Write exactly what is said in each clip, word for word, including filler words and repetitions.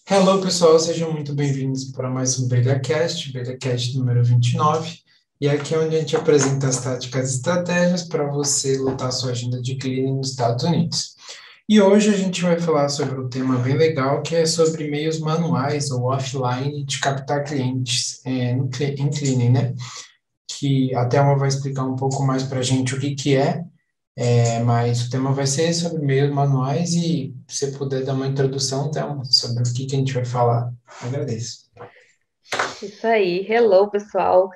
Hello, pessoal, sejam muito bem-vindos para mais um BelhaCast, BelhaCast número vinte e nove. E aqui é onde a gente apresenta as táticas e estratégias para você lotar sua agenda de cleaning nos Estados Unidos. E hoje a gente vai falar sobre um tema bem legal, que é sobre meios manuais ou offline de captar clientes é, no cle- em cleaning, né? Que a Thelma vai explicar um pouco mais para a gente o que que é, é, mas o tema vai ser sobre meios manuais e se você puder dar uma introdução, Thelma, sobre o que que a gente vai falar. Agradeço. Isso aí, hello pessoal.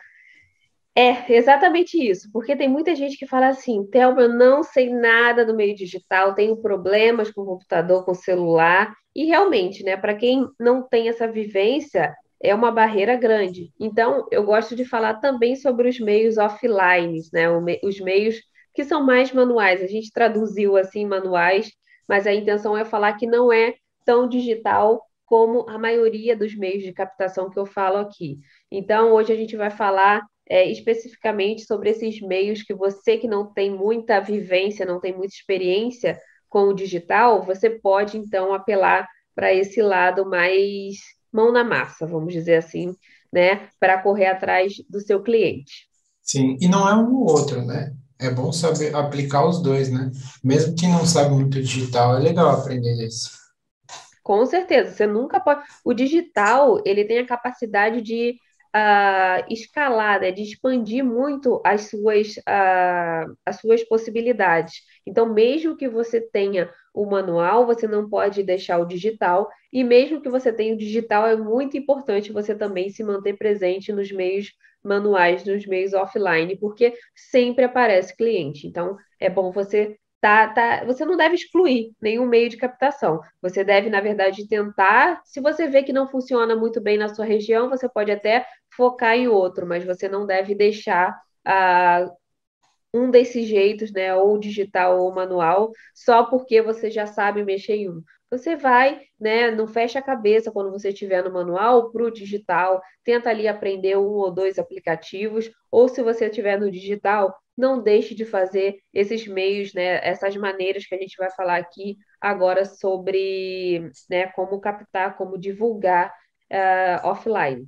É exatamente isso, porque tem muita gente que fala assim, Thelma, eu não sei nada do meio digital, tenho problemas com o computador, com o celular, e realmente, né, para quem não tem essa vivência, é uma barreira grande. Então, eu gosto de falar também sobre os meios offline, né, o me- os meios que são mais manuais. A gente traduziu assim manuais, mas a intenção é falar que não é tão digital como a maioria dos meios de captação que eu falo aqui. Então, hoje a gente vai falar é, especificamente sobre esses meios que você que não tem muita vivência, não tem muita experiência com o digital, você pode então apelar para esse lado mais mão na massa, vamos dizer assim, né, para correr atrás do seu cliente. Sim, e não é um ou outro, né? É bom saber aplicar os dois, né? Mesmo que não sabe muito digital, é legal aprender isso. Com certeza, você nunca pode. O digital, ele tem a capacidade de ah, escalar, né, de expandir muito as suas, ah, as suas possibilidades. Então, mesmo que você tenha o manual, você não pode deixar o digital, e mesmo que você tenha o digital, é muito importante você também se manter presente nos meios manuais, nos meios offline, porque sempre aparece cliente. Então, é bom você. Tá, tá, você não deve excluir nenhum meio de captação. Você deve, na verdade, tentar. Se você vê que não funciona muito bem na sua região, você pode até focar em outro, mas você não deve deixar ah, um desses jeitos, né, ou digital ou manual, só porque você já sabe mexer em um. Você vai, né, não fecha a cabeça quando você estiver no manual para o digital, tenta ali aprender um ou dois aplicativos, ou se você estiver no digital, não deixe de fazer esses meios, né, essas maneiras que a gente vai falar aqui agora sobre, né, como captar, como divulgar uh, offline.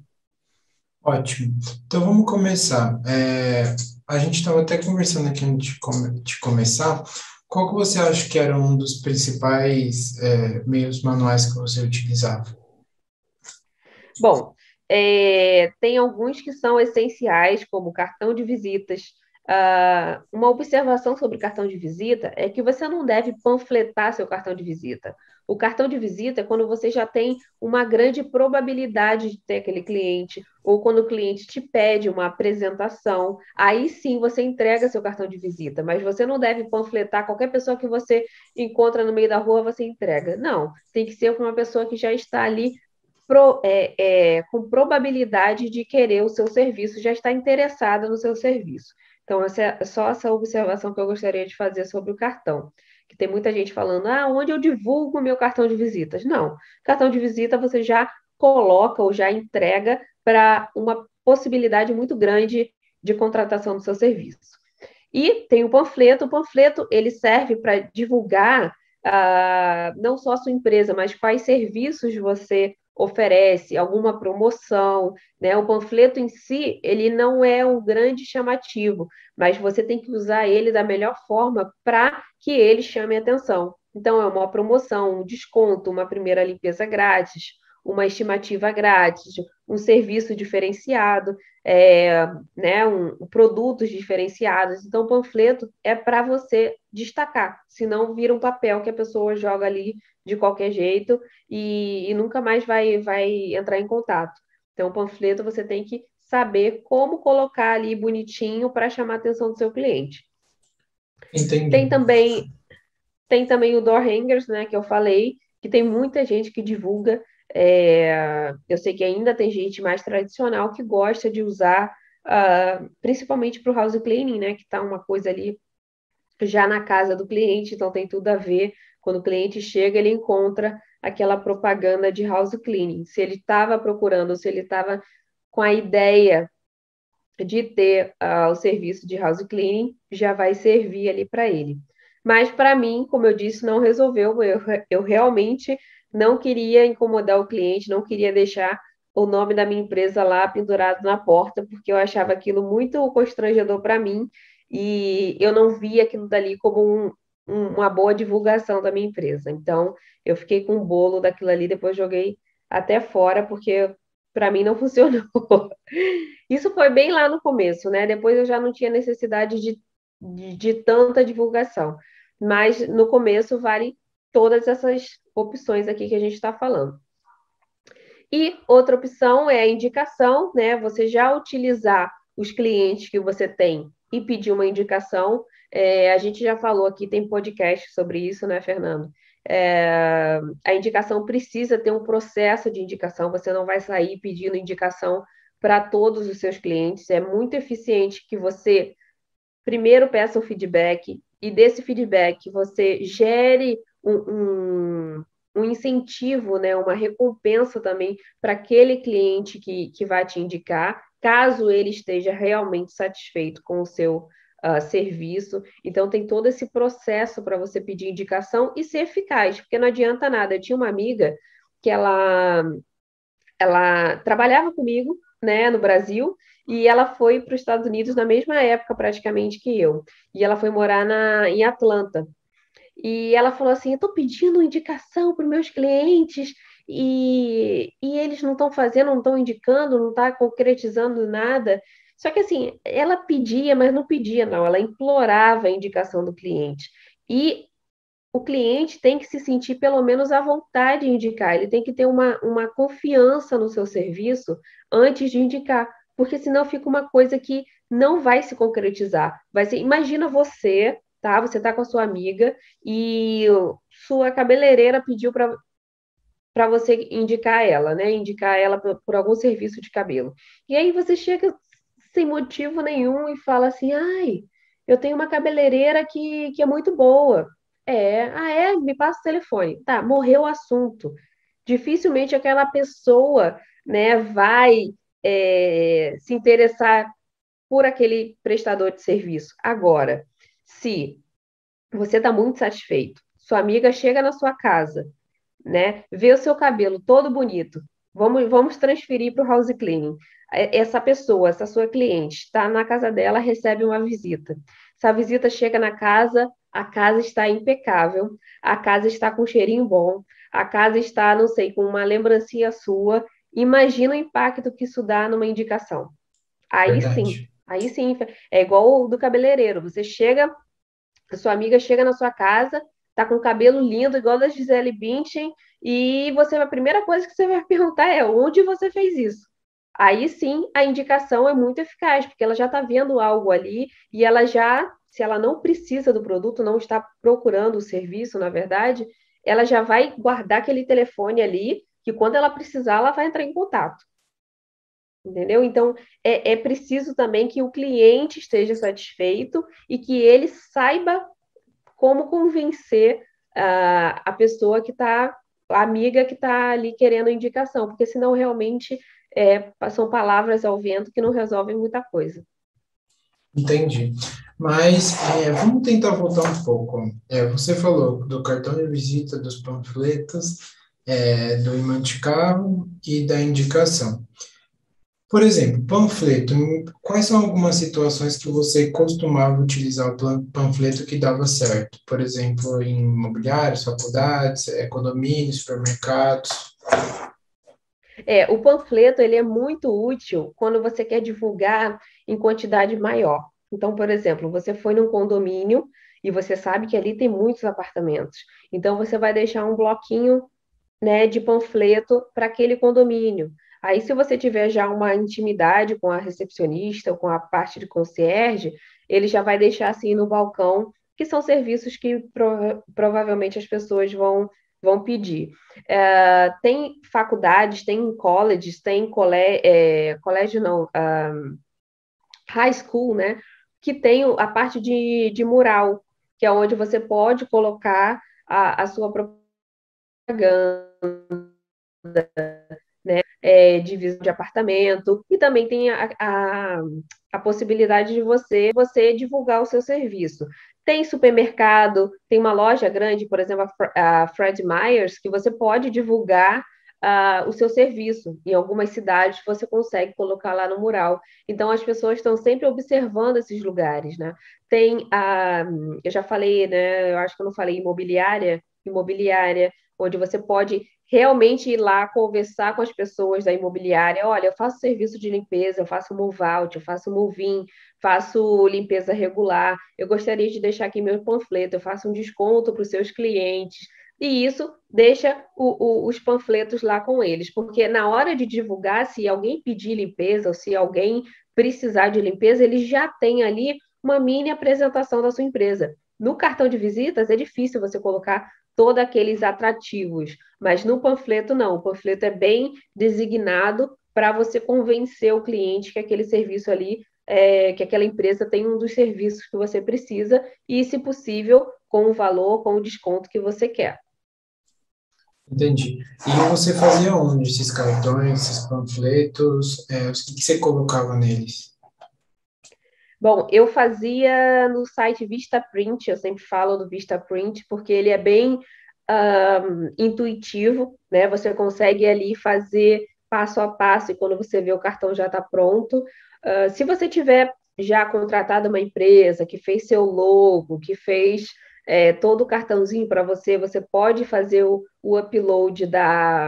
Ótimo. Então vamos começar. É, a gente estava até conversando aqui antes de, come- de começar. Qual que você acha que era um dos principais é, meios manuais que você utilizava? Bom, é, tem alguns que são essenciais, como cartão de visitas. Ah, uma observação sobre cartão de visita é que você não deve panfletar seu cartão de visita. O cartão de visita é quando você já tem uma grande probabilidade de ter aquele cliente, ou quando o cliente te pede uma apresentação, aí sim você entrega seu cartão de visita, mas você não deve panfletar qualquer pessoa que você encontra no meio da rua, você entrega. Não, tem que ser com uma pessoa que já está ali pro- é, é, com probabilidade de querer o seu serviço, já está interessada no seu serviço. Então, essa é só essa observação que eu gostaria de fazer sobre o cartão. Que tem muita gente falando, ah, onde eu divulgo o meu cartão de visitas? Não, cartão de visita você já coloca ou já entrega para uma possibilidade muito grande de contratação do seu serviço. E tem o panfleto, o panfleto ele serve para divulgar ah, não só a sua empresa, mas quais serviços você oferece, alguma promoção, né? O panfleto em si, ele não é um grande chamativo, mas você tem que usar ele da melhor forma para que ele chame atenção. Então, é uma promoção, um desconto, uma primeira limpeza grátis, uma estimativa grátis, um serviço diferenciado, é, né, um, produtos diferenciados. Então, o panfleto é para você destacar, senão vira um papel que a pessoa joga ali de qualquer jeito e, e nunca mais vai, vai entrar em contato. Então, o panfleto você tem que saber como colocar ali bonitinho para chamar a atenção do seu cliente. Tem Entendi. também, tem também o door hangers, né, que eu falei, que tem muita gente que divulga. É, eu sei que ainda tem gente mais tradicional que gosta de usar, uh, principalmente para o house cleaning, né, que está uma coisa ali já na casa do cliente, então tem tudo a ver. Quando o cliente chega, ele encontra aquela propaganda de house cleaning. Se ele estava procurando, se ele estava com a ideia de ter uh, o serviço de house cleaning, já vai servir ali para ele. Mas para mim, como eu disse, não resolveu. Eu, eu realmente não queria incomodar o cliente, não queria deixar o nome da minha empresa lá pendurado na porta, porque eu achava aquilo muito constrangedor para mim e eu não via aquilo dali como um, um, uma boa divulgação da minha empresa. Então, eu fiquei com o bolo daquilo ali, depois joguei até fora, porque para mim não funcionou. Isso foi bem lá no começo, né? Depois eu já não tinha necessidade de, de, de tanta divulgação. Mas no começo vale todas essas opções aqui que a gente está falando. E outra opção é a indicação, né? Você já utilizar os clientes que você tem e pedir uma indicação. É, a gente já falou aqui, tem podcast sobre isso, né, Fernando? É, a indicação precisa ter um processo de indicação, você não vai sair pedindo indicação para todos os seus clientes. É muito eficiente que você primeiro peça um feedback e desse feedback você gere um, um, um incentivo, né, uma recompensa também para aquele cliente que, que vai te indicar, caso ele esteja realmente satisfeito com o seu uh, serviço. Então, tem todo esse processo para você pedir indicação e ser eficaz, porque não adianta nada. Eu tinha uma amiga que ela ela trabalhava comigo, né, no Brasil, e ela foi para os Estados Unidos na mesma época praticamente que eu. E ela foi morar na, em Atlanta. E ela falou assim: eu estou pedindo indicação para os meus clientes e, e eles não estão fazendo, não estão indicando, não está concretizando nada. Só que assim, ela pedia, mas não pedia, não, ela implorava a indicação do cliente. E o cliente tem que se sentir pelo menos à vontade de indicar, ele tem que ter uma, uma confiança no seu serviço antes de indicar, porque senão fica uma coisa que não vai se concretizar. Vai ser, imagina você, tá? Você tá com a sua amiga e sua cabeleireira pediu para para você indicar ela, né? Indicar ela por, por algum serviço de cabelo. E aí você chega sem motivo nenhum e fala assim: ai, eu tenho uma cabeleireira que, que é muito boa. É, ah, é? Me passa o telefone. Tá, morreu o assunto. Dificilmente aquela pessoa, né, vai é, se interessar por aquele prestador de serviço. Agora, se você está muito satisfeito, sua amiga chega na sua casa, né? Vê o seu cabelo todo bonito. Vamos, vamos transferir para o house cleaning. Essa pessoa, essa sua cliente, está na casa dela, recebe uma visita. Essa visita chega na casa, a casa está impecável, a casa está com um cheirinho bom, a casa está, não sei, com uma lembrancinha sua. Imagina o impacto que isso dá numa indicação. Aí sim, Verdade. aí sim, é igual o do cabeleireiro. Você chega, a sua amiga chega na sua casa, tá com o cabelo lindo, igual da Gisele Bündchen, e você, a primeira coisa que você vai perguntar é onde você fez isso? Aí sim, a indicação é muito eficaz, porque ela já está vendo algo ali e ela já, se ela não precisa do produto, não está procurando o serviço, na verdade, ela já vai guardar aquele telefone ali, que quando ela precisar, ela vai entrar em contato. Entendeu? Então, é, é preciso também que o cliente esteja satisfeito e que ele saiba como convencer uh, a pessoa que está, a amiga que está ali querendo indicação, porque senão realmente é, são palavras ao vento que não resolvem muita coisa. Entendi. Mas é, vamos tentar voltar um pouco. É, você falou do cartão de visita, dos panfletos, é, do imã de carro e da indicação. Por exemplo, panfleto. Quais são algumas situações que você costumava utilizar o plan- panfleto que dava certo? Por exemplo, em imobiliários, faculdades, é, condomínios, supermercados. É, o panfleto ele é muito útil quando você quer divulgar em quantidade maior. Então, por exemplo, você foi num condomínio e você sabe que ali tem muitos apartamentos. Então, você vai deixar um bloquinho, né, de panfleto para aquele condomínio. Aí, se você tiver já uma intimidade com a recepcionista ou com a parte de concierge, ele já vai deixar assim no balcão, que são serviços que prova- provavelmente as pessoas vão, vão pedir. É, tem faculdades, tem colleges, tem colé é, colégio não, ah, high school, né, que tem a parte de, de mural, que é onde você pode colocar a, a sua propaganda. é, divisão de apartamento, e também tem a, a, a possibilidade de você, você divulgar o seu serviço. Tem supermercado, tem uma loja grande, por exemplo, a Fred Meyers, que você pode divulgar uh, o seu serviço. Em algumas cidades você consegue colocar lá no mural. Então as pessoas estão sempre observando esses lugares, né? Tem a, eu já falei, né? Eu acho que eu não falei imobiliária, imobiliária, onde você pode realmente ir lá conversar com as pessoas da imobiliária. Olha, eu faço serviço de limpeza, eu faço move-out, eu faço move-in, faço limpeza regular, eu gostaria de deixar aqui meu panfleto, eu faço um desconto para os seus clientes. E isso deixa o, o, os panfletos lá com eles, porque na hora de divulgar, se alguém pedir limpeza ou se alguém precisar de limpeza, ele já tem ali uma mini apresentação da sua empresa. No cartão de visitas é difícil você colocar todos aqueles atrativos, mas no panfleto não, o panfleto é bem designado para você convencer o cliente que aquele serviço ali, é, que aquela empresa tem um dos serviços que você precisa e, se possível, com o valor, com o desconto que você quer. Entendi. E você fazia onde esses cartões, esses panfletos, é, o que que você colocava neles? Bom, eu fazia no site VistaPrint, eu sempre falo do VistaPrint, porque ele é bem um, intuitivo, né? Você consegue ali fazer passo a passo e quando você vê o cartão já está pronto. Uh, se você tiver já contratado uma empresa que fez seu logo, que fez é, todo o cartãozinho para você, você pode fazer o, o upload da,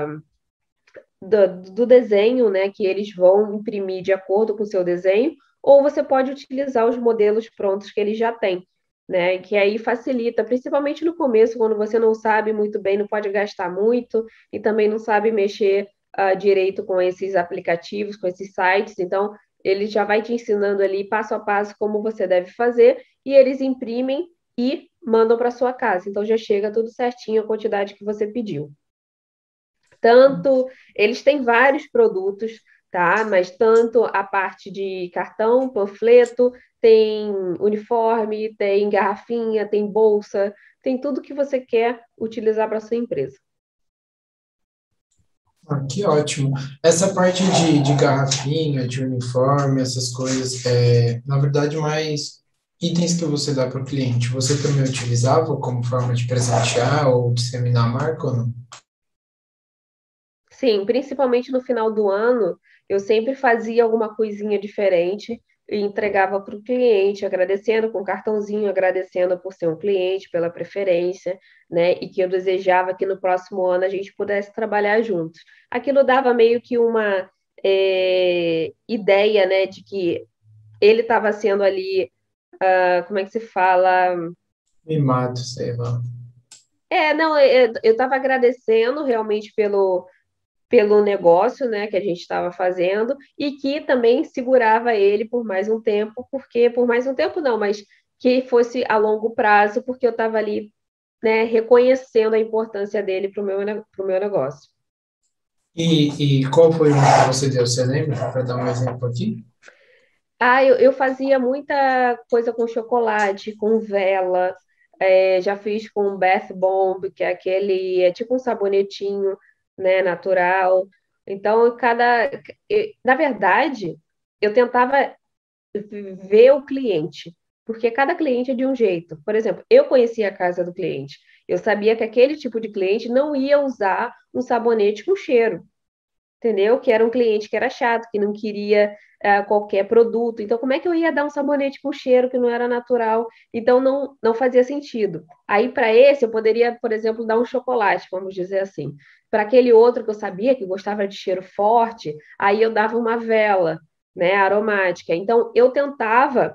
do, do desenho, né, que eles vão imprimir de acordo com o seu desenho, ou você pode utilizar os modelos prontos que eles já têm, né, que aí facilita, principalmente no começo, quando você não sabe muito bem, não pode gastar muito e também não sabe mexer uh, direito com esses aplicativos, com esses sites, então ele já vai te ensinando ali passo a passo como você deve fazer e eles imprimem e mandam para sua casa, então já chega tudo certinho a quantidade que você pediu. Tanto, eles têm vários produtos, tá? Mas tanto a parte de cartão, panfleto, tem uniforme, tem garrafinha, tem bolsa, tem tudo que você quer utilizar para sua empresa. Ah, que ótimo. Essa parte de, de garrafinha, de uniforme, essas coisas, é, na verdade, mais itens que você dá para o cliente, você também utilizava como forma de presentear ou disseminar a marca ou não? Sim, principalmente no final do ano, eu sempre fazia alguma coisinha diferente e entregava para o cliente, agradecendo com um cartãozinho, agradecendo por ser um cliente, pela preferência, né? E que eu desejava que no próximo ano a gente pudesse trabalhar juntos. Aquilo dava meio que uma é, ideia, né, de que ele estava sendo ali, ah, como é que se fala? Mimado, sei lá. É, não, eu estava agradecendo realmente pelo pelo negócio, né, que a gente estava fazendo e que também segurava ele por mais um tempo, porque por mais um tempo não, mas que fosse a longo prazo, porque eu estava ali, né, reconhecendo a importância dele para o meu, pro meu negócio. E, e qual foi o que você deu? Você lembra? Para dar um exemplo aqui? Ah, eu, eu fazia muita coisa com chocolate, com vela, é, já fiz com Bath Bomb, que é aquele, é tipo um sabonetinho, né, natural. Então, cada, e, na verdade, eu tentava ver o cliente, porque cada cliente é de um jeito. Por exemplo, eu conhecia a casa do cliente, eu sabia que aquele tipo de cliente não ia usar um sabonete com cheiro, entendeu? Que era um cliente que era chato, que não queria uh, qualquer produto. Então, como é que eu ia dar um sabonete com cheiro que não era natural? Então, não, não fazia sentido. Aí, para esse, eu poderia, por exemplo, dar um chocolate, vamos dizer assim. Para aquele outro que eu sabia que gostava de cheiro forte, aí eu dava uma vela, né, aromática. Então, eu tentava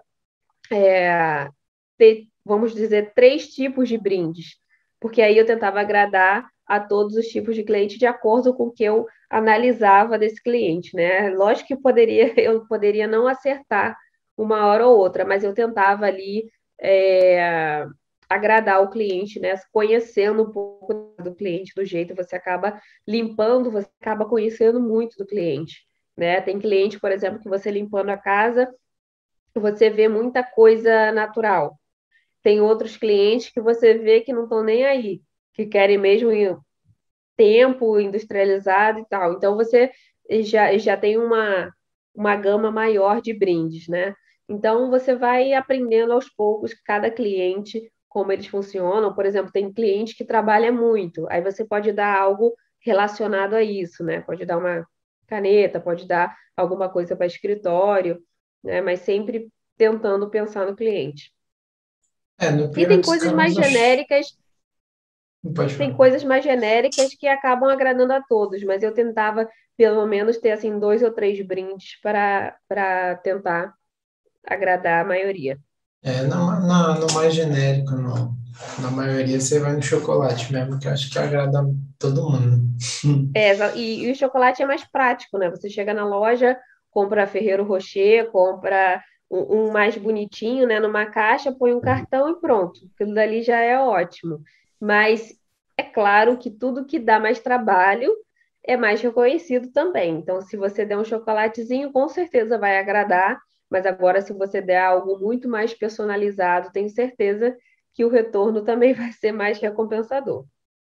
é, ter, vamos dizer, três tipos de brindes, porque aí eu tentava agradar a todos os tipos de cliente de acordo com o que eu analisava desse cliente, né? Lógico que poderia, eu poderia não acertar uma hora ou outra, mas eu tentava ali é, agradar o cliente, né? Conhecendo um pouco do cliente, do jeito você acaba limpando, você acaba conhecendo muito do cliente, né? Tem cliente, por exemplo, que você limpando a casa, você vê muita coisa natural. Tem outros clientes que você vê que não estão nem aí, que querem mesmo tempo industrializado e tal. Então, você já, já tem uma, uma gama maior de brindes, né? Então, você vai aprendendo aos poucos cada cliente, como eles funcionam. Por exemplo, tem cliente que trabalha muito, aí você pode dar algo relacionado a isso, né? Pode dar uma caneta, pode dar alguma coisa para escritório, né? Mas sempre tentando pensar no cliente. É, no E pior tem dos coisas mais casos, acho... genéricas Não pode tem falar. coisas mais genéricas que acabam agradando a todos, mas eu tentava pelo menos ter assim dois ou três brindes para para tentar agradar a maioria. É, na, na, no mais genérico, no, na maioria você vai no chocolate mesmo, que eu acho que agrada todo mundo. É, exa- e, e o chocolate é mais prático, né? Você chega na loja, compra Ferrero Rocher, compra um, um mais bonitinho, né? Numa caixa, põe um cartão e pronto. Aquilo dali já é ótimo. Mas é claro que tudo que dá mais trabalho é mais reconhecido também. Então, se você der um chocolatezinho, com certeza vai agradar. Mas agora, se você der algo muito mais personalizado, tenho certeza que o retorno também vai ser mais recompensador.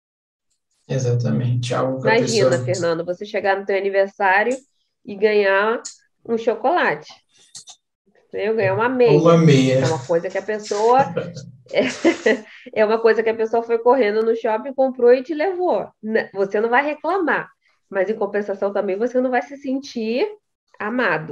Exatamente, algo que a Imagina, pessoa... Fernando, você chegar no teu aniversário e ganhar um chocolate, entendeu? Ganhar uma Uma meia. meia. É uma coisa que a pessoa é uma coisa que a pessoa foi correndo no shopping, comprou e te levou. N- Você não vai reclamar, mas em compensação também você não vai se sentir amado.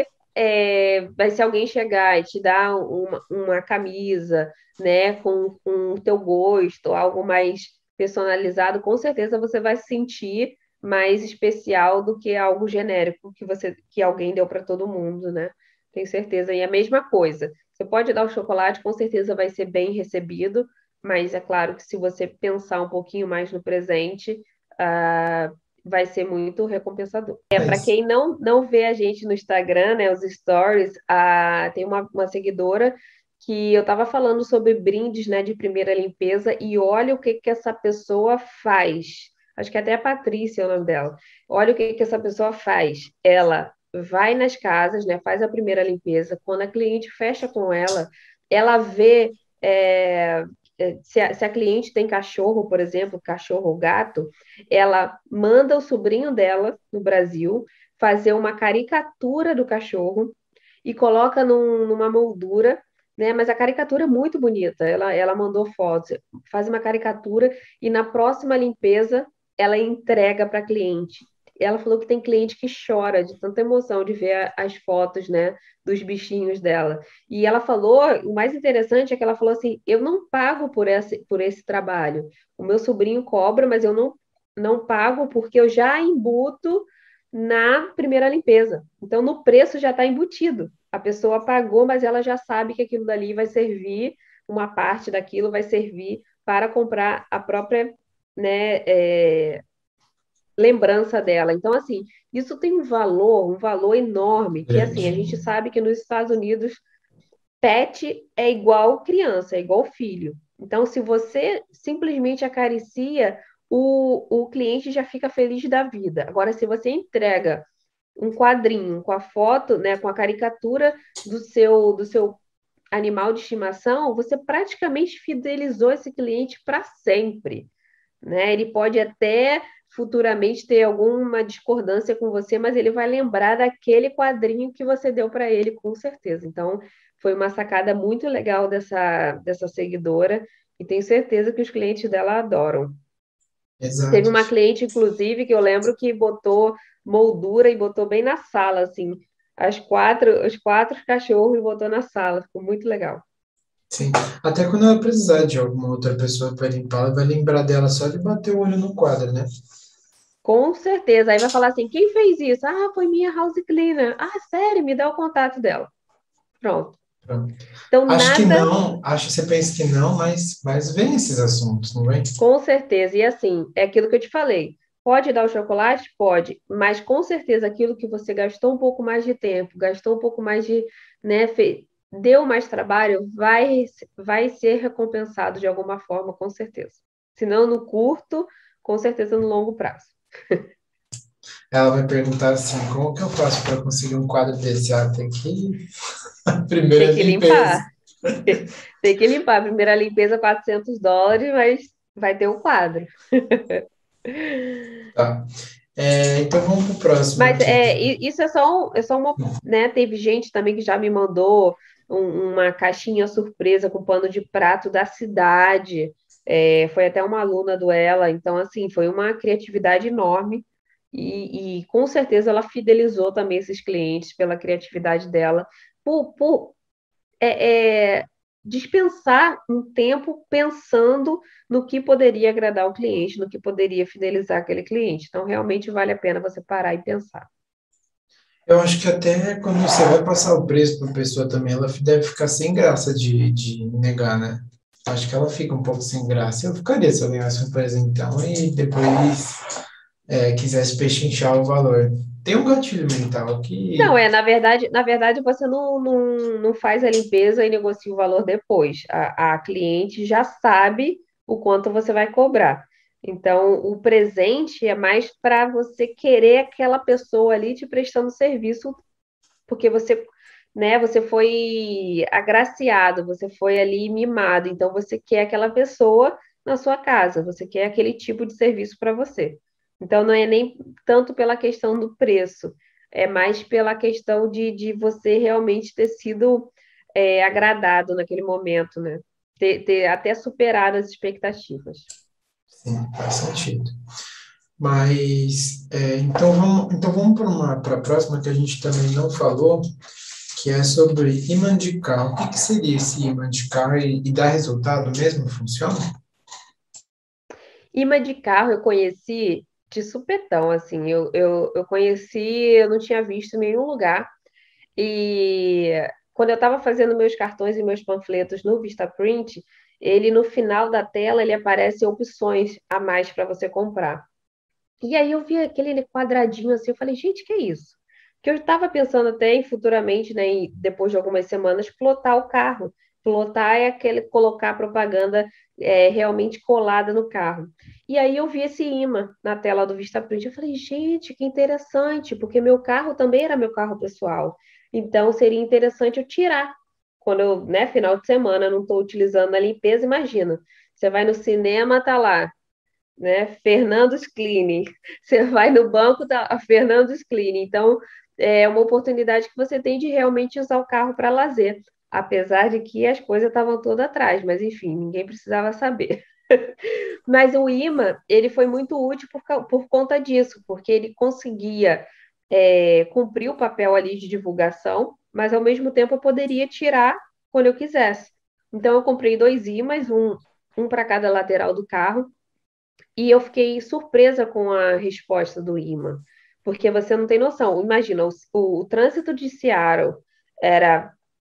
É, mas se alguém chegar e te dar uma, uma camisa, né, com, com o teu gosto, algo mais personalizado, com certeza você vai se sentir mais especial do que algo genérico que você que alguém deu para todo mundo, né? Tenho certeza. E a mesma coisa. Você pode dar o chocolate, com certeza vai ser bem recebido, mas é claro que se você pensar um pouquinho mais no presente, ah, vai ser muito recompensador. É, para Mas, quem não, não vê a gente no Instagram, né, os stories, a, tem uma, uma seguidora que eu estava falando sobre brindes, né, de primeira limpeza e olha o que que essa pessoa faz. Acho que até a Patrícia é o nome dela. Olha o que que essa pessoa faz. Ela vai nas casas, né, faz a primeira limpeza. Quando a cliente fecha com ela, ela vê é, é, se a, se a cliente tem cachorro, por exemplo, cachorro ou gato, ela manda o sobrinho dela no Brasil fazer uma caricatura do cachorro e coloca num- numa moldura, né? Mas a caricatura é muito bonita. Ela, ela mandou fotos, faz uma caricatura e na próxima limpeza ela entrega para a cliente. Ela falou que tem cliente que chora de tanta emoção de ver a- as fotos, né, dos bichinhos dela. E ela falou, o mais interessante é que ela falou assim: eu não pago por esse, por esse trabalho. O meu sobrinho cobra, mas eu não não pago porque eu já embuto na primeira limpeza. Então, no preço já está embutido. A pessoa pagou, mas ela já sabe que aquilo dali vai servir, uma parte daquilo vai servir para comprar a própria, né, é, lembrança dela. Então, assim, isso tem um valor, um valor enorme, que assim, a grande. gente sabe que nos Estados Unidos pet é igual criança, é igual filho. Então, se você simplesmente acaricia, o, o cliente já fica feliz da vida. Agora, se você entrega um quadrinho com a foto, né, com a caricatura do seu, do seu animal de estimação, você praticamente fidelizou esse cliente para sempre, né? Ele pode até futuramente ter alguma discordância com você, mas ele vai lembrar daquele quadrinho que você deu para ele, com certeza. Então, foi uma sacada muito legal dessa, dessa seguidora e tenho certeza que os clientes dela adoram. Teve Exato. uma cliente, inclusive, que eu lembro que botou moldura e botou bem na sala, assim, as quatro, os quatro cachorros e botou na sala, ficou muito legal. Sim. Até quando ela precisar de alguma outra pessoa para limpar, ela vai lembrar dela só de bater o olho no quadro, né? Com certeza. Aí vai falar assim: quem fez isso? Ah, foi minha house cleaner. Ah, sério, me dá o contato dela. Pronto. Pronto. Então, Acho que nada, não, acho que você pensa que não, mas, mas vem esses assuntos, não vem? com certeza. E assim, é aquilo que eu te falei. Pode dar o chocolate? Pode, mas com certeza aquilo que você gastou um pouco mais de tempo, gastou um pouco mais de, né, fe- deu mais trabalho, vai, vai ser recompensado de alguma forma, com certeza. Se não no curto, com certeza no longo prazo. Ela vai perguntar assim, como que eu faço para conseguir um quadro desse? Ah, tem que a primeira Tem que limpeza. limpar. Tem que limpar. A primeira limpeza, quatrocentos dólares, mas vai ter o quadro. Tá. É, então vamos para o próximo Mas aqui. é, i- isso é só, um- é só uma, né? Teve gente também que já me mandou um- uma caixinha surpresa com pano de prato da cidade. É, foi até uma aluna do Ela, então assim, foi uma criatividade enorme e, e com certeza ela fidelizou também esses clientes pela criatividade dela, por, por é, é, dispensar um tempo pensando no que poderia agradar o cliente, no que poderia fidelizar aquele cliente. Então, realmente vale a pena você parar e pensar. Eu acho que até quando você vai passar o preço para a pessoa também, ela deve ficar sem graça de, de negar, né? Acho que ela fica um pouco sem graça. Eu ficaria se eu ganhasse um presentão e depois é, quisesse pechinchar o valor. Tem um gatilho mental Não, que é, na verdade, na verdade você não, não, não faz a limpeza e negocia o valor depois. A, a cliente já sabe o quanto você vai cobrar. Então, o presente é mais para você querer aquela pessoa ali te prestando serviço, porque você, né, você foi agraciado, você foi ali mimado, então você quer aquela pessoa na sua casa, você quer aquele tipo de serviço para você. Então não é nem tanto pela questão do preço, é mais pela questão de, de você realmente ter sido é, agradado naquele momento, né? Ter, ter até superado as expectativas. sim, faz sentido. Mas é, então vamos, então vamos para uma para a próxima que a gente também não falou, que é sobre imã de carro. O que que seria esse imã de carro e, e dá resultado mesmo? Funciona? Imã de carro eu conheci de supetão, assim, eu, eu, eu conheci, eu não tinha visto em nenhum lugar. E quando eu estava fazendo meus cartões e meus panfletos no Vistaprint, ele no final da tela ele aparece opções a mais para você comprar. E aí eu vi aquele quadradinho assim, eu falei, gente, que é isso? Que eu estava pensando até em futuramente, né, em- depois de algumas semanas, plotar o carro. Plotar é aquele colocar a propaganda é, realmente colada no carro. E aí eu vi esse imã na tela do Vistaprint. Eu falei, gente, que interessante, porque meu carro também era meu carro pessoal. Então seria interessante eu tirar. Quando eu, né, final de semana, não estou utilizando na limpeza, imagina. Você vai no cinema, tá lá, né? Fernando's Cleaning. Você vai no banco da Fernando's Cleaning. Então, é uma oportunidade que você tem de realmente usar o carro para lazer, apesar de que as coisas estavam todas atrás, mas enfim, ninguém precisava saber. Mas o imã, ele foi muito útil por, ca- por conta disso, porque ele conseguia é, cumprir o papel ali de divulgação, mas ao mesmo tempo eu poderia tirar quando eu quisesse. Então eu comprei dois imãs, um, um para cada lateral do carro, e eu fiquei surpresa com a resposta do imã, porque você não tem noção. Imagina, o, o, o trânsito de Seattle era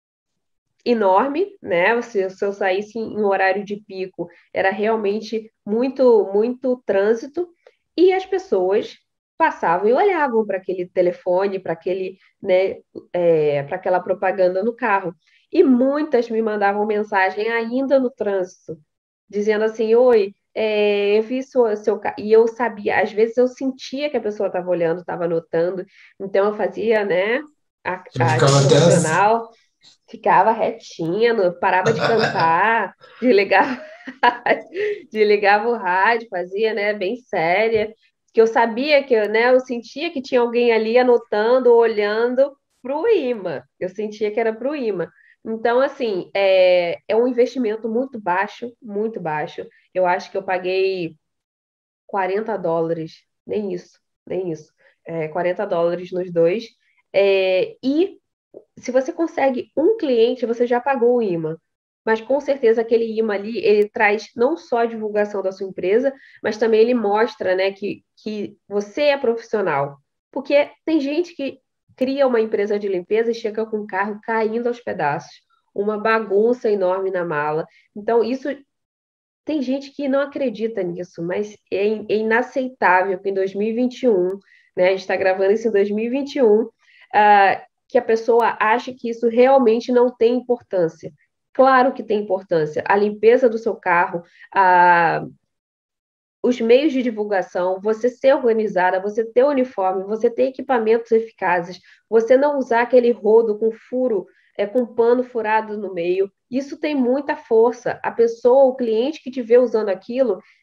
enorme, né? Se, se eu saísse em horário de pico, era realmente muito, muito trânsito, e as pessoas passavam e olhavam para aquele telefone, para aquele, né, é, para aquela propaganda no carro. E muitas me mandavam mensagem ainda no trânsito, dizendo assim, oi, é, eu vi seu, seu... ca-" E eu sabia, às vezes eu sentia que a pessoa estava olhando, estava anotando, então eu fazia, né, a, Já a de ficava até as... profissional, ficava retinha, não parava de cantar, desligava, desligava o rádio, fazia, né, bem séria, que eu sabia que, né, eu sentia que tinha alguém ali anotando, olhando para o imã, eu sentia que era para o imã. Então, assim, é, é um investimento muito baixo, muito baixo. Eu acho que eu paguei quarenta dólares, nem isso, nem isso, é, quarenta dólares nos dois. É, e se você consegue um cliente, você já pagou o imã. Mas com certeza aquele imã ali, ele traz não só a divulgação da sua empresa, mas também ele mostra, né, que, que você é profissional. Porque tem gente que cria uma empresa de limpeza e chega com o carro caindo aos pedaços, uma bagunça enorme na mala. Então, isso tem gente que não acredita nisso, mas é, in- é inaceitável que em dois mil e vinte e um, né, a gente está gravando isso em dois mil e vinte e um, ah, que a pessoa ache que isso realmente não tem importância. Claro que tem importância. A limpeza do seu carro, a, os meios de divulgação, você ser organizada, você ter uniforme, você ter equipamentos eficazes, você não usar aquele rodo com furo, é, com pano furado no meio. Isso tem muita força. A pessoa, o cliente que te vê usando aquilo,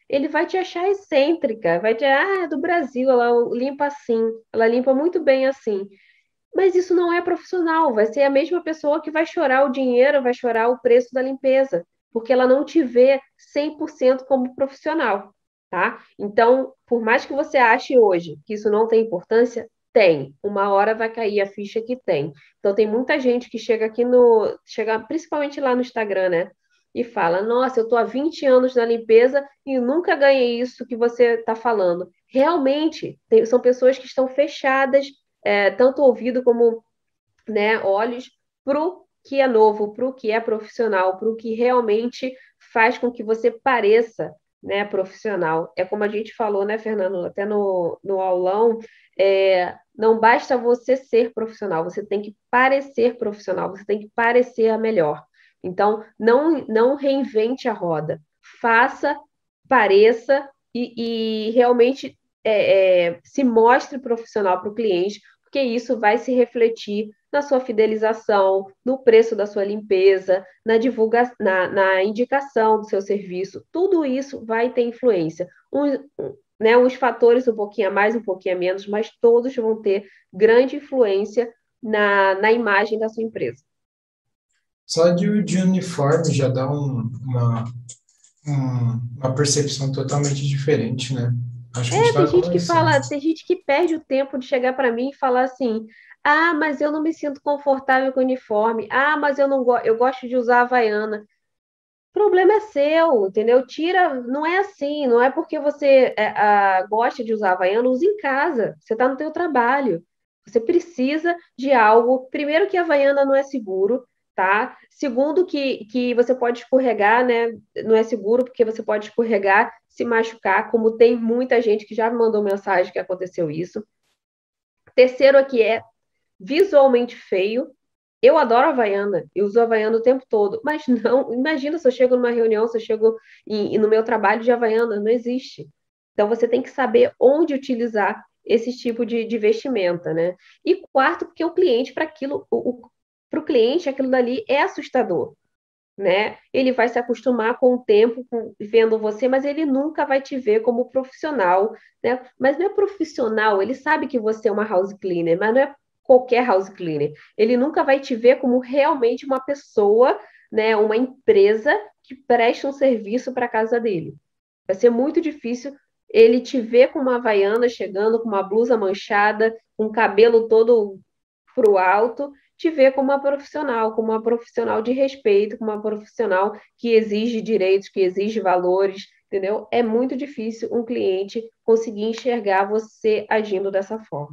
ele vai te achar excêntrica, vai te, ah, é do Brasil, ela limpa assim, ela limpa muito bem assim. Mas isso não é profissional, vai ser a mesma pessoa que vai chorar o dinheiro, vai chorar o preço da limpeza, porque ela não te vê cem por cento como profissional, tá? Então, por mais que você ache hoje que isso não tem importância, tem. Uma hora vai cair a ficha que tem. Então, tem muita gente que chega aqui no, chega principalmente lá no Instagram, né? E fala: Nossa, eu estou há vinte anos na limpeza e nunca ganhei isso que você está falando. Realmente, tem- são pessoas que estão fechadas, é, tanto ouvido como, né, olhos, para o que é novo, para o que é profissional, para o que realmente faz com que você pareça, né, profissional. É como a gente falou, né, Fernando, até no, no aulão, é, não basta você ser profissional, você tem que parecer profissional, você tem que parecer a melhor. Então, não, não reinvente a roda, faça, pareça e, e realmente é, é, se mostre profissional para o cliente, porque isso vai se refletir na sua fidelização, no preço da sua limpeza, na divulgação, na, na indicação do seu serviço. Tudo isso vai ter influência. Um, um, né, uns fatores um pouquinho a mais, um pouquinho a menos, mas todos vão ter grande influência na, na imagem da sua empresa. Só de, de uniforme já dá um- uma, um- uma percepção totalmente diferente, né? Acho que a gente É, tem estava gente que conversando. fala, tem gente que perde o tempo de chegar para mim e falar assim: ah, mas eu não me sinto confortável com o uniforme. Ah, mas eu não go eu gosto de usar Havaiana. O problema é seu, entendeu? Tira, não é assim, não é porque você é, ah, gosta de usar Havaiana, use em casa. Você está no teu trabalho. Você precisa de algo. Primeiro que a Havaiana não é seguro, tá? Segundo que, que você pode escorregar, né? Não é seguro porque você pode escorregar, se machucar, como tem muita gente que já me mandou mensagem que aconteceu isso. Terceiro aqui é visualmente feio. Eu adoro Havaiana, eu uso Havaiana o tempo todo, mas não, imagina se eu chego numa reunião, se eu chego em, no meu trabalho de Havaiana, não existe. Então você tem que saber onde utilizar esse tipo de, de vestimenta, né? E quarto, porque o cliente, para aquilo, para o cliente, aquilo dali é assustador, né? Ele vai se acostumar com o tempo com, vendo você, mas ele nunca vai te ver como profissional, né? Mas não é profissional, ele sabe que você é uma house cleaner, mas não é qualquer house cleaner. Ele nunca vai te ver como realmente uma pessoa, né? Uma empresa que presta um serviço para a casa dele. Vai ser muito difícil ele te ver com uma havaiana chegando, com uma blusa manchada, com o cabelo todo pro alto, te ver como uma profissional, como uma profissional de respeito, como uma profissional que exige direitos, que exige valores, entendeu? É muito difícil um cliente conseguir enxergar você agindo dessa forma.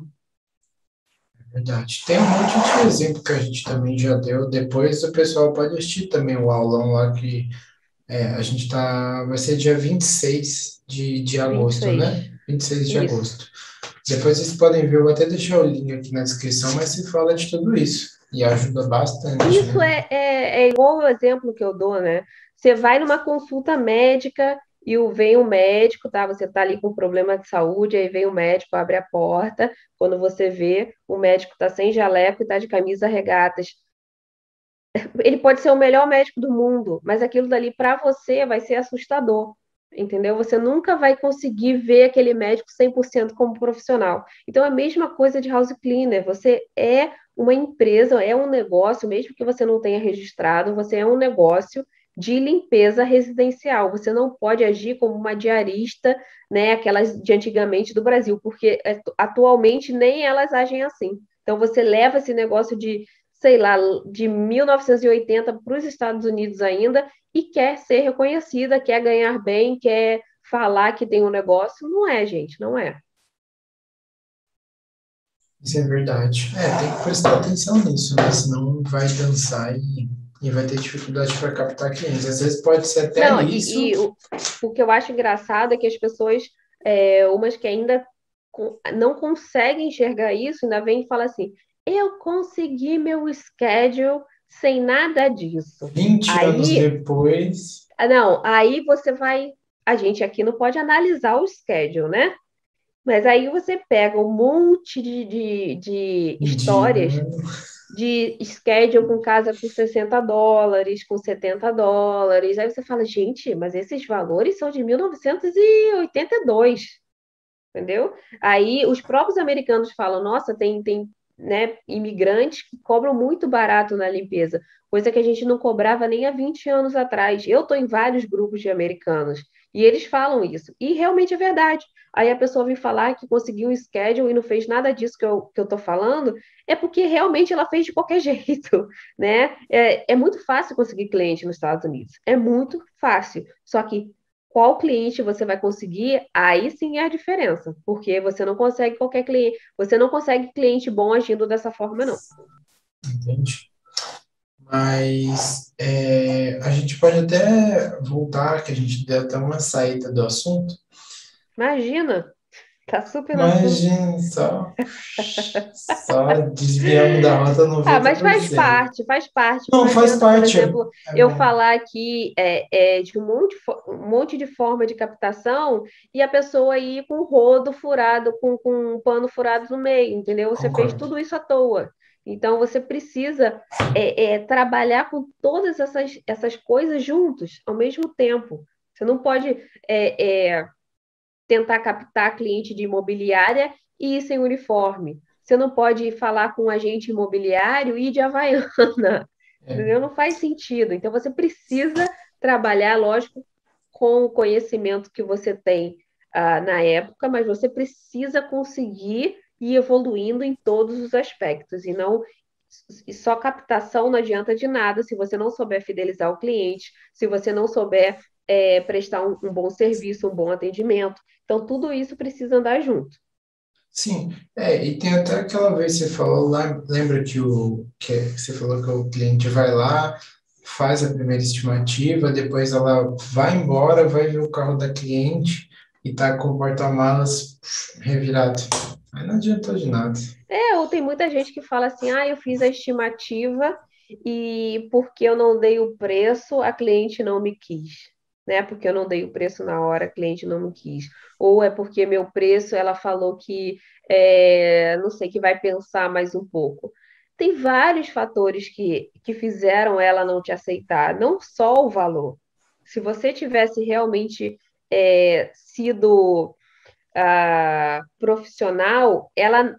Verdade. Tem um monte de exemplo que a gente também já deu. Depois o pessoal pode assistir também o aulão lá que é, a gente tá. Vai ser dia vinte e seis de, de Vinte e agosto, né? seis. vinte e seis de Isso. agosto. Depois vocês podem ver, eu vou até deixar o link aqui na descrição, mas se fala de tudo isso. E ajuda bastante, Isso né? é, é, é igual o exemplo que eu dou, né? Você vai numa consulta médica e o, vem o médico, tá? Você tá ali com problema de saúde, aí vem o médico, abre a porta. Quando você vê, o médico tá sem jaleco e tá de camisa regatas. Ele pode ser o melhor médico do mundo, mas aquilo dali para você vai ser assustador, entendeu? Você nunca vai conseguir ver aquele médico cem por cento como profissional. Então, é a mesma coisa de house cleaner. Você é uma empresa, é um negócio, mesmo que você não tenha registrado, você é um negócio de limpeza residencial. Você não pode agir como uma diarista, né, aquelas de antigamente do Brasil, porque é, atualmente nem elas agem assim. Então, você leva esse negócio de sei lá, de mil novecentos e oitenta para os Estados Unidos ainda e quer ser reconhecida, quer ganhar bem, quer falar que tem um negócio. Não é, gente, não é. Isso é verdade. É, tem que prestar atenção nisso, né? Senão vai dançar e, e vai ter dificuldade para captar clientes. Às vezes pode ser até Não, isso. e, e o, o que eu acho engraçado é que as pessoas, é, umas que ainda co- não conseguem enxergar isso, ainda vêm e falam assim: eu consegui meu schedule sem nada disso. vinte anos Aí, depois, ah, não, aí você vai. A gente aqui não pode analisar o schedule, né? Mas aí você pega um monte de, de, de um dia, histórias né? de schedule com casa com sessenta dólares, com setenta dólares. Aí você fala, gente, mas esses valores são de mil novecentos e oitenta e dois, entendeu? Aí os próprios americanos falam, nossa, tem, tem, né, imigrantes que cobram muito barato na limpeza, coisa que a gente não cobrava nem há vinte anos atrás. Eu estou em vários grupos de americanos e eles falam isso. E realmente é verdade. Aí a pessoa vem falar que conseguiu um schedule e não fez nada disso que eu, que eu tô falando, é porque realmente ela fez de qualquer jeito, né? É, é muito fácil conseguir cliente nos Estados Unidos. É muito fácil. Só que qual cliente você vai conseguir, aí sim é a diferença, porque você não consegue qualquer cliente, você não consegue cliente bom agindo dessa forma, não. Entende? Mas é, a gente pode até voltar, que a gente deu até uma saída do assunto. Imagina, tá super no assunto. Imagina só, só desviamos da rota Ah, noventa mas por faz cento. parte, faz parte. Não Não, faz adianta, por parte. exemplo, É eu bom. falar aqui é, é, de um monte, de fo- um monte de forma de captação e a pessoa ir com o rodo furado, com, com um pano furado no meio, entendeu? Você fez Concordo. tudo isso à toa. Então, você precisa é, é, trabalhar com todas essas, essas coisas juntos, ao mesmo tempo. Você não pode é, é, tentar captar cliente de imobiliária e ir sem uniforme. Você não pode falar com um agente imobiliário e ir de Havaiana, É. entendeu? Não faz sentido. Então, você precisa trabalhar, lógico, com o conhecimento que você tem ah, na época, mas você precisa conseguir ir evoluindo em todos os aspectos, e não e só captação não adianta de nada se você não souber fidelizar o cliente, se você não souber é, prestar um, um bom serviço, um bom atendimento. Então, tudo isso precisa andar junto. Sim, é, e tem até aquela vez que você falou lá, lembra que o que você falou que o cliente vai lá, faz a primeira estimativa, depois ela vai embora, vai ver o carro da cliente e tá com o porta-malas revirado. Aí não adiantou de nada. É, ou tem muita gente que fala assim, ah, eu fiz a estimativa e porque eu não dei o preço, a cliente não me quis, né? Porque eu não dei o preço na hora, a cliente não me quis. Ou é porque meu preço, ela falou que, é, não sei, que vai pensar mais um pouco. Tem vários fatores que, que fizeram ela não te aceitar, não só o valor. Se você tivesse realmente é, sido ah, profissional, ela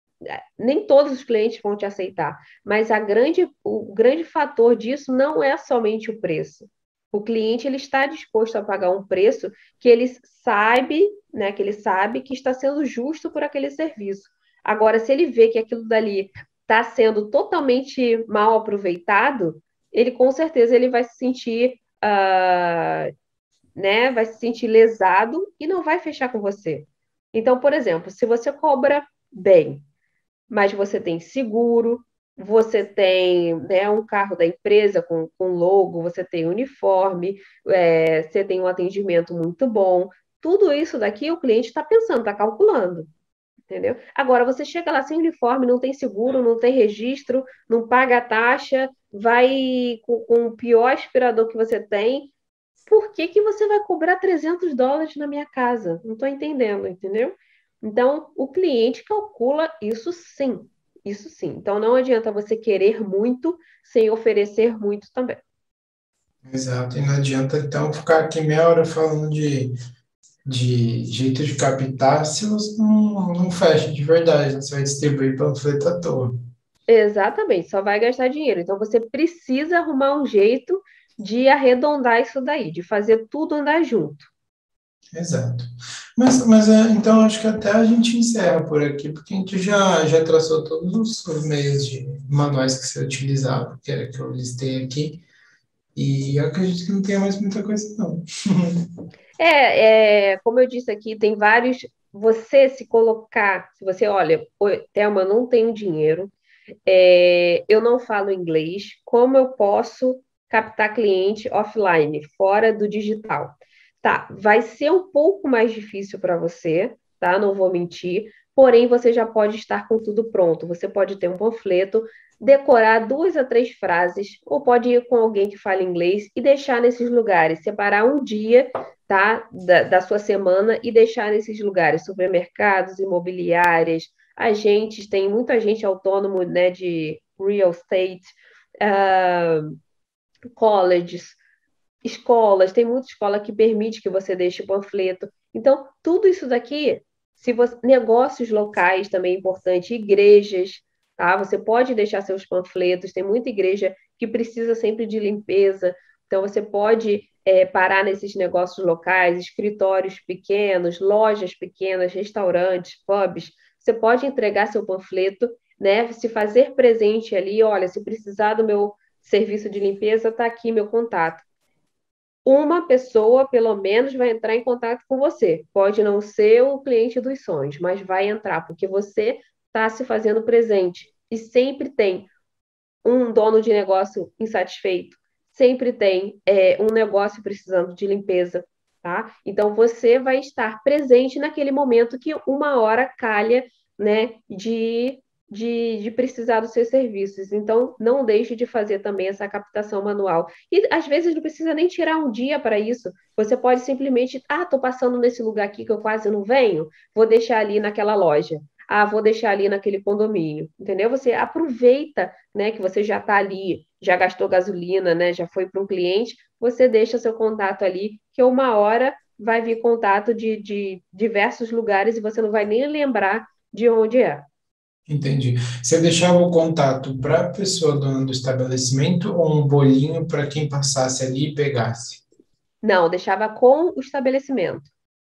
nem todos os clientes vão te aceitar, mas a grande, o grande fator disso não é somente o preço. O cliente ele está disposto a pagar um preço que ele sabe, né, que ele sabe que está sendo justo por aquele serviço. Agora, se ele vê que aquilo dali está sendo totalmente mal aproveitado, ele com certeza ele vai se sentir, uh, né, vai se sentir lesado e não vai fechar com você. Então, por exemplo, se você cobra bem, mas você tem seguro, você tem, né, um carro da empresa com, com logo, você tem uniforme, é, você tem um atendimento muito bom. Tudo isso daqui o cliente está pensando, está calculando, entendeu? Agora, você chega lá sem uniforme, não tem seguro, não tem registro, não paga a taxa, vai com, com o pior aspirador que você tem. Por que que você vai cobrar trezentos dólares na minha casa? Não estou entendendo, entendeu? Então, o cliente calcula isso sim, isso sim. Então, não adianta você querer muito sem oferecer muito também. Exato, e não adianta então ficar aqui meia hora falando de, de jeito de captar se você não, não fecha de verdade, né? Você vai distribuir panfleto à toa. Exatamente, só vai gastar dinheiro. Então, você precisa arrumar um jeito de arredondar isso daí, de fazer tudo andar junto. Exato. Mas, mas é, então acho que até a gente encerra por aqui, porque a gente já, já traçou todos os, os meios de manuais que você utilizava, que era que eu listei aqui, e eu acredito que não tenha mais muita coisa, não. É, é, como eu disse aqui, tem vários. Você se colocar, se você olha, "Oi, Thelma, eu não tenho dinheiro, é, eu não falo inglês, como eu posso captar cliente offline, fora do digital? Tá, vai ser um pouco mais difícil para você, tá? Não vou mentir, porém você já pode estar com tudo pronto. Você pode ter um panfleto, decorar duas a três frases, ou pode ir com alguém que fale inglês e deixar nesses lugares, separar um dia, tá? Da, da sua semana e deixar nesses lugares, supermercados, imobiliárias, agentes, tem muita gente autônomo, né, de real estate, uh, colleges, escolas, tem muita escola que permite que você deixe o panfleto. Então, tudo isso daqui, se você, negócios locais também é importante, igrejas, tá? Você pode deixar seus panfletos, tem muita igreja que precisa sempre de limpeza, então você pode é, parar nesses negócios locais, escritórios pequenos, lojas pequenas, restaurantes, pubs, você pode entregar seu panfleto, né? Se fazer presente ali, olha, se precisar do meu serviço de limpeza, está aqui meu contato. Uma pessoa, pelo menos, vai entrar em contato com você. Pode não ser o cliente dos sonhos, mas vai entrar, porque você está se fazendo presente. E sempre tem um dono de negócio insatisfeito, sempre tem é, um negócio precisando de limpeza, tá? Então, você vai estar presente naquele momento que uma hora calha, né, de de, de precisar dos seus serviços. Então, não deixe de fazer também essa captação manual. E às vezes não precisa nem tirar um dia para isso. Você pode simplesmente, ah, estou passando nesse lugar aqui que eu quase não venho, vou deixar ali naquela loja. Ah, vou deixar ali naquele condomínio, entendeu? Você aproveita, né, que você já está ali, já gastou gasolina, né, já foi para um cliente, você deixa seu contato ali, que uma hora vai vir contato de, de diversos lugares e você não vai nem lembrar de onde é. Entendi. Você deixava o contato para a pessoa dona do estabelecimento ou um bolinho para quem passasse ali e pegasse? Não, deixava com o estabelecimento.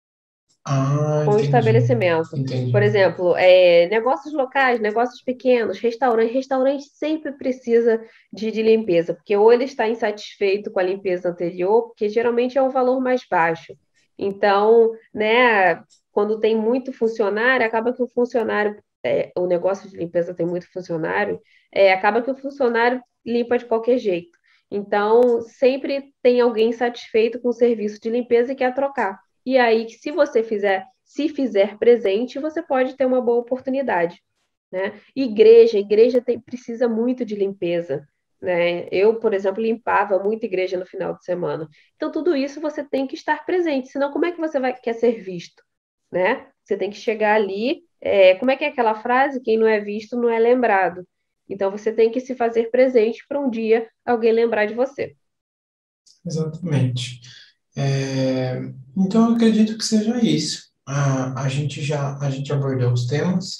Ah, Com o entendi. estabelecimento. Por Entendi. exemplo, é, negócios locais, negócios pequenos, restaurante. Restaurante sempre precisa de, de limpeza, porque ou ele está insatisfeito com a limpeza anterior, porque geralmente é um valor mais baixo. Então, né, quando tem muito funcionário, acaba que o funcionário, é, o negócio de limpeza tem muito funcionário, é, acaba que o funcionário limpa de qualquer jeito. Então, sempre tem alguém satisfeito com o serviço de limpeza e quer trocar. E aí, se você fizer, se fizer presente, você pode ter uma boa oportunidade, né? Igreja, igreja tem, precisa muito de limpeza, né? Eu, por exemplo, limpava muita igreja no final de semana. Então, tudo isso você tem que estar presente, senão como é que você vai quer ser visto, né? Você tem que chegar ali, é, como é que é aquela frase? Quem não é visto não é lembrado. Então, você tem que se fazer presente para um dia alguém lembrar de você. Exatamente. É, então, eu acredito que seja isso. A, a gente já a gente abordou os temas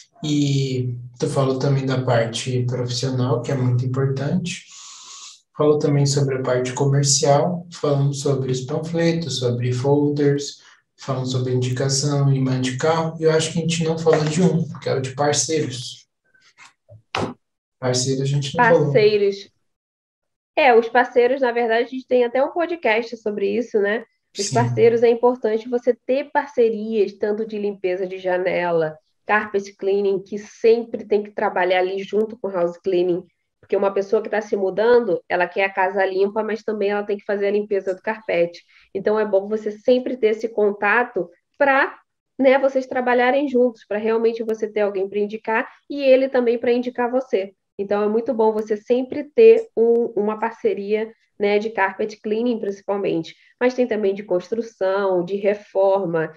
e tu falou também da parte profissional, que é muito importante. Falou também sobre a parte comercial, falamos sobre os panfletos, sobre folders, falamos sobre indicação, imã de carro, e eu acho que a gente não falou de um, que é o de parceiros. Parceiro a gente não falou. Parceiros. É, os parceiros, na verdade, a gente tem até um podcast sobre isso, né? Os Sim, parceiros é importante você ter parcerias, tanto de limpeza de janela, carpet cleaning, que sempre tem que trabalhar ali junto com house cleaning, porque uma pessoa que está se mudando, ela quer a casa limpa, mas também ela tem que fazer a limpeza do carpete. Então é bom você sempre ter esse contato para, né, vocês trabalharem juntos, para realmente você ter alguém para indicar e ele também para indicar você. Então, é muito bom você sempre ter um, uma parceria, né, de carpet cleaning, principalmente. Mas tem também de construção, de reforma,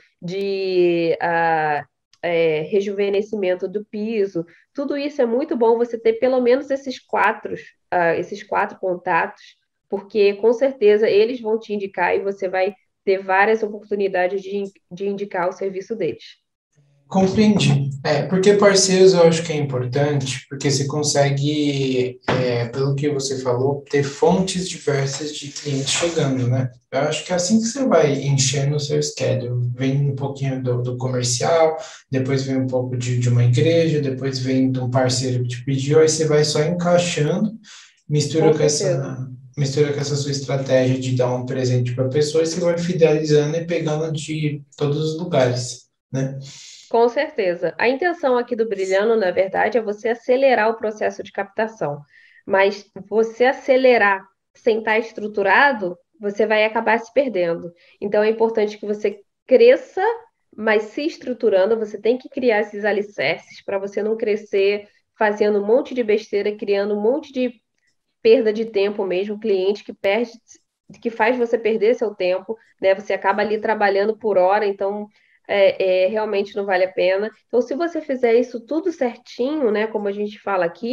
de ah, é, rejuvenescimento do piso. Tudo isso é muito bom você ter pelo menos esses quatro, ah, esses quatro contatos, porque com certeza eles vão te indicar e você vai ter várias oportunidades de, de indicar o serviço deles. compreendi. É, porque parceiros eu acho que é importante, porque você consegue, é, pelo que você falou, ter fontes diversas de clientes chegando, né? Eu acho que é assim que você vai enchendo o seu schedule. Vem um pouquinho do, do comercial, depois vem um pouco de, de uma igreja, depois vem de um parceiro que te pediu, aí você vai só encaixando, mistura Com com certeza. essa, mistura com essa sua estratégia de dar um presente para a pessoa e você vai fidelizando e pegando de todos os lugares, né? Com certeza. A intenção aqui do Brilhando, na verdade, é você acelerar o processo de captação. Mas você acelerar sem estar estruturado, você vai acabar se perdendo. Então é importante que você cresça, mas se estruturando, você tem que criar esses alicerces para você não crescer fazendo um monte de besteira, criando um monte de perda de tempo mesmo, cliente que perde, que faz você perder seu tempo, né? Você acaba ali trabalhando por hora, então é, é, realmente não vale a pena. Então, se você fizer isso tudo certinho, né? Como a gente fala aqui,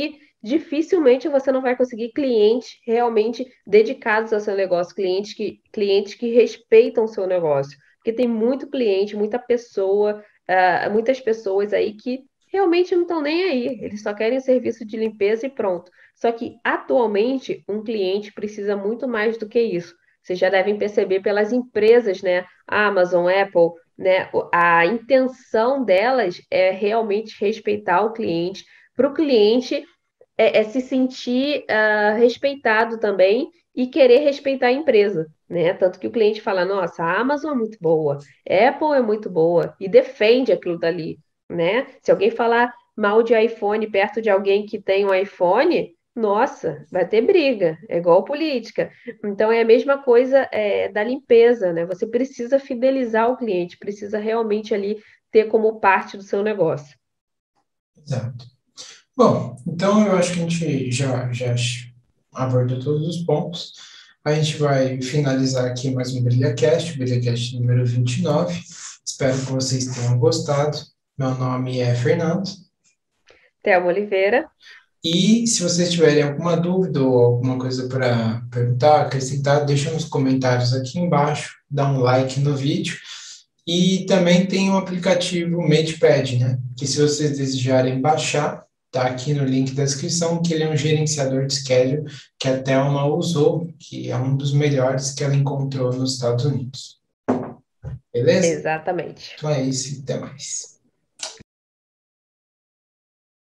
dificilmente você não vai conseguir clientes realmente dedicados ao seu negócio, clientes que, clientes que respeitam o seu negócio. Porque tem muito cliente, muita pessoa, uh, muitas pessoas aí que realmente não estão nem aí, eles só querem serviço de limpeza e pronto. Só que atualmente um cliente precisa muito mais do que isso. Vocês já devem perceber pelas empresas, né? Amazon, Apple, né? A intenção delas é realmente respeitar o cliente, para o cliente é, é se sentir uh, respeitado também e querer respeitar a empresa, né? Tanto que o cliente fala, nossa, a Amazon é muito boa, a Apple é muito boa, e defende aquilo dali, né? Se alguém falar mal de iPhone perto de alguém que tem um iPhone, nossa, vai ter briga, é igual política. Então é a mesma coisa é, da limpeza, né? Você precisa fidelizar o cliente, precisa realmente ali ter como parte do seu negócio. Exato. Bom, então eu acho que a gente já, já abordou todos os pontos. A gente vai finalizar aqui mais um BrilhaCast, o BrilhaCast número vinte e nove. Espero que vocês tenham gostado. Meu nome é Fernando. Thelma Oliveira. E se vocês tiverem alguma dúvida ou alguma coisa para perguntar, acrescentar, deixa nos comentários aqui embaixo, dá um like no vídeo. E também tem o aplicativo MatePad, né? Que se vocês desejarem baixar, tá aqui no link da descrição, que ele é um gerenciador de schedule que a Thelma usou, que é um dos melhores que ela encontrou nos Estados Unidos. Beleza? Exatamente. Então é isso, até mais.